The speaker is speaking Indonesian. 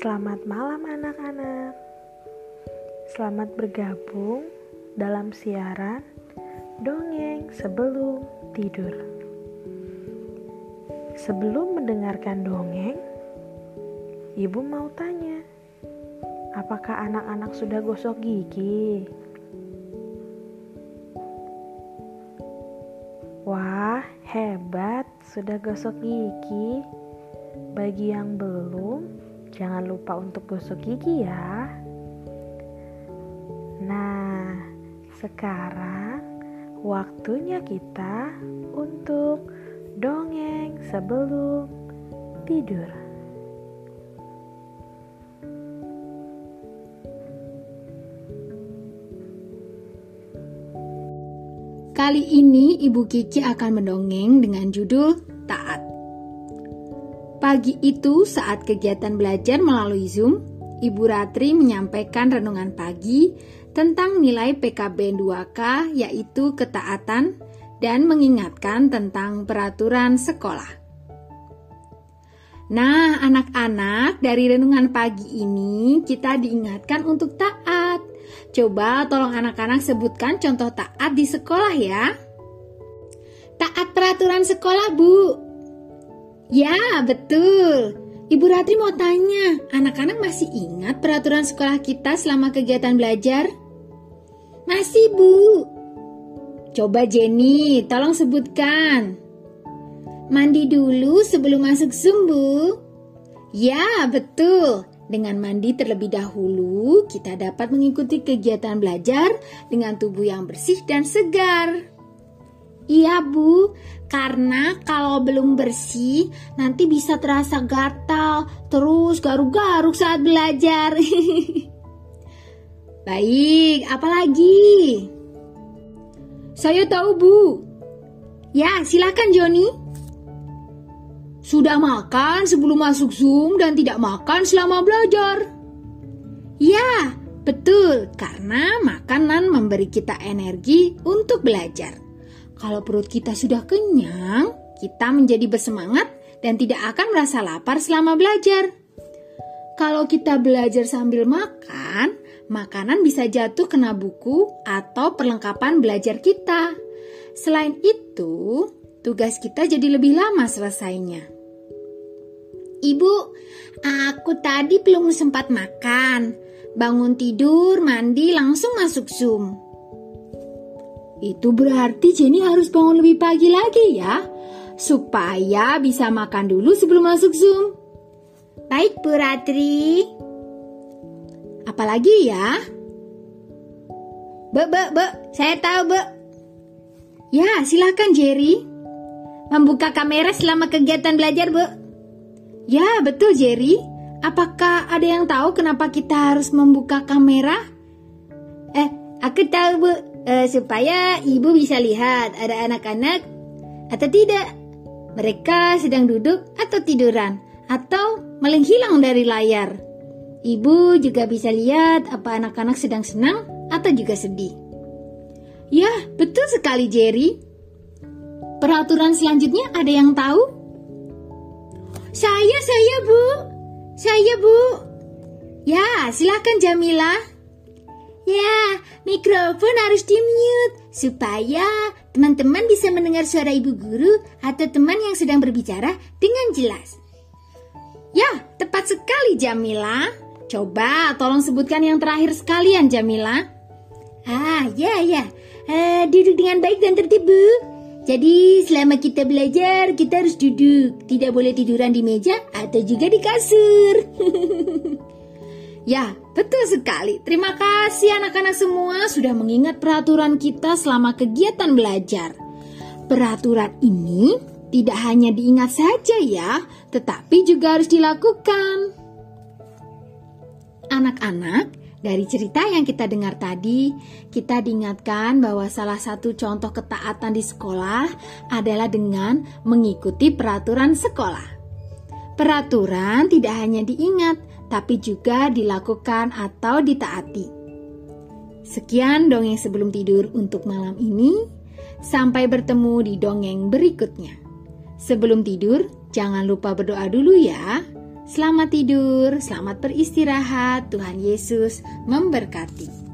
Selamat malam anak-anak. Selamat bergabung dalam siaran Dongeng Sebelum Tidur. Sebelum mendengarkan dongeng, Ibu mau tanya, apakah anak-anak sudah gosok gigi? Wah, hebat, sudah gosok gigi. Bagi yang belum, jangan lupa untuk gosok gigi ya. Nah, sekarang waktunya kita untuk dongeng sebelum tidur. Kali ini Ibu Kiki akan mendongeng dengan judul Taat. Pagi itu saat kegiatan belajar melalui Zoom, Ibu Ratri menyampaikan renungan pagi tentang nilai PKBN 2K yaitu ketaatan dan mengingatkan tentang peraturan sekolah. Nah, anak-anak, dari renungan pagi ini kita diingatkan untuk taat. Coba tolong anak-anak sebutkan contoh taat di sekolah ya. Taat peraturan sekolah, Bu. Ya, betul. Ibu Ratri mau tanya, anak-anak masih ingat peraturan sekolah kita selama kegiatan belajar? Masih, Bu. Coba Jenny, tolong sebutkan. Mandi dulu sebelum masuk Zoom, Bu. Ya, betul. Dengan mandi terlebih dahulu, kita dapat mengikuti kegiatan belajar dengan tubuh yang bersih dan segar. Iya, Bu. Karena kalau belum bersih, nanti bisa terasa gatal, terus garuk-garuk saat belajar. Baik, apalagi? Saya tahu, Bu. Ya, silakan Joni. Sudah makan sebelum masuk Zoom dan tidak makan selama belajar. Ya, betul. Karena makanan memberi kita energi untuk belajar. Kalau perut kita sudah kenyang, kita menjadi bersemangat dan tidak akan merasa lapar selama belajar. Kalau kita belajar sambil makan, makanan bisa jatuh kena buku atau perlengkapan belajar kita. Selain itu, tugas kita jadi lebih lama selesainya. Ibu, aku tadi belum sempat makan. Bangun tidur, mandi, langsung masuk Zoom. Itu berarti Jenny harus bangun lebih pagi lagi ya, supaya bisa makan dulu sebelum masuk Zoom. Baik, Bu Ratri. Apalagi ya? Bu, saya tahu, Bu. Ya, silakan Jerry. Membuka kamera selama kegiatan belajar, Bu. Ya, betul Jerry. Apakah ada yang tahu kenapa kita harus membuka kamera? Aku tahu, Bu. Supaya ibu bisa lihat ada anak-anak atau tidak. Mereka sedang duduk atau tiduran atau menghilang dari layar. Ibu juga bisa lihat apa anak-anak sedang senang atau juga sedih. Ya, betul sekali Jerry. Peraturan selanjutnya ada yang tahu? Saya Bu. Saya Bu. Ya, silakan Jamila. Ya, mikrofon harus di-mute supaya teman-teman bisa mendengar suara ibu guru atau teman yang sedang berbicara dengan jelas. Ya, tepat sekali Jamila. Coba tolong sebutkan yang terakhir sekalian Jamila. Ya. Duduk dengan baik dan tertib, Bu. Jadi selama kita belajar, kita harus duduk. Tidak boleh tiduran di meja atau juga di kasur. Ya, betul sekali. Terima kasih anak-anak semua sudah mengingat peraturan kita selama kegiatan belajar. Peraturan ini tidak hanya diingat saja ya, tetapi juga harus dilakukan. Anak-anak, dari cerita yang kita dengar tadi, kita diingatkan bahwa salah satu contoh ketaatan di sekolah adalah dengan mengikuti peraturan sekolah. Peraturan tidak hanya diingat, tapi juga dilakukan atau ditaati. Sekian dongeng sebelum tidur untuk malam ini. Sampai bertemu di dongeng berikutnya. Sebelum tidur, jangan lupa berdoa dulu ya. Selamat tidur, selamat beristirahat. Tuhan Yesus memberkati.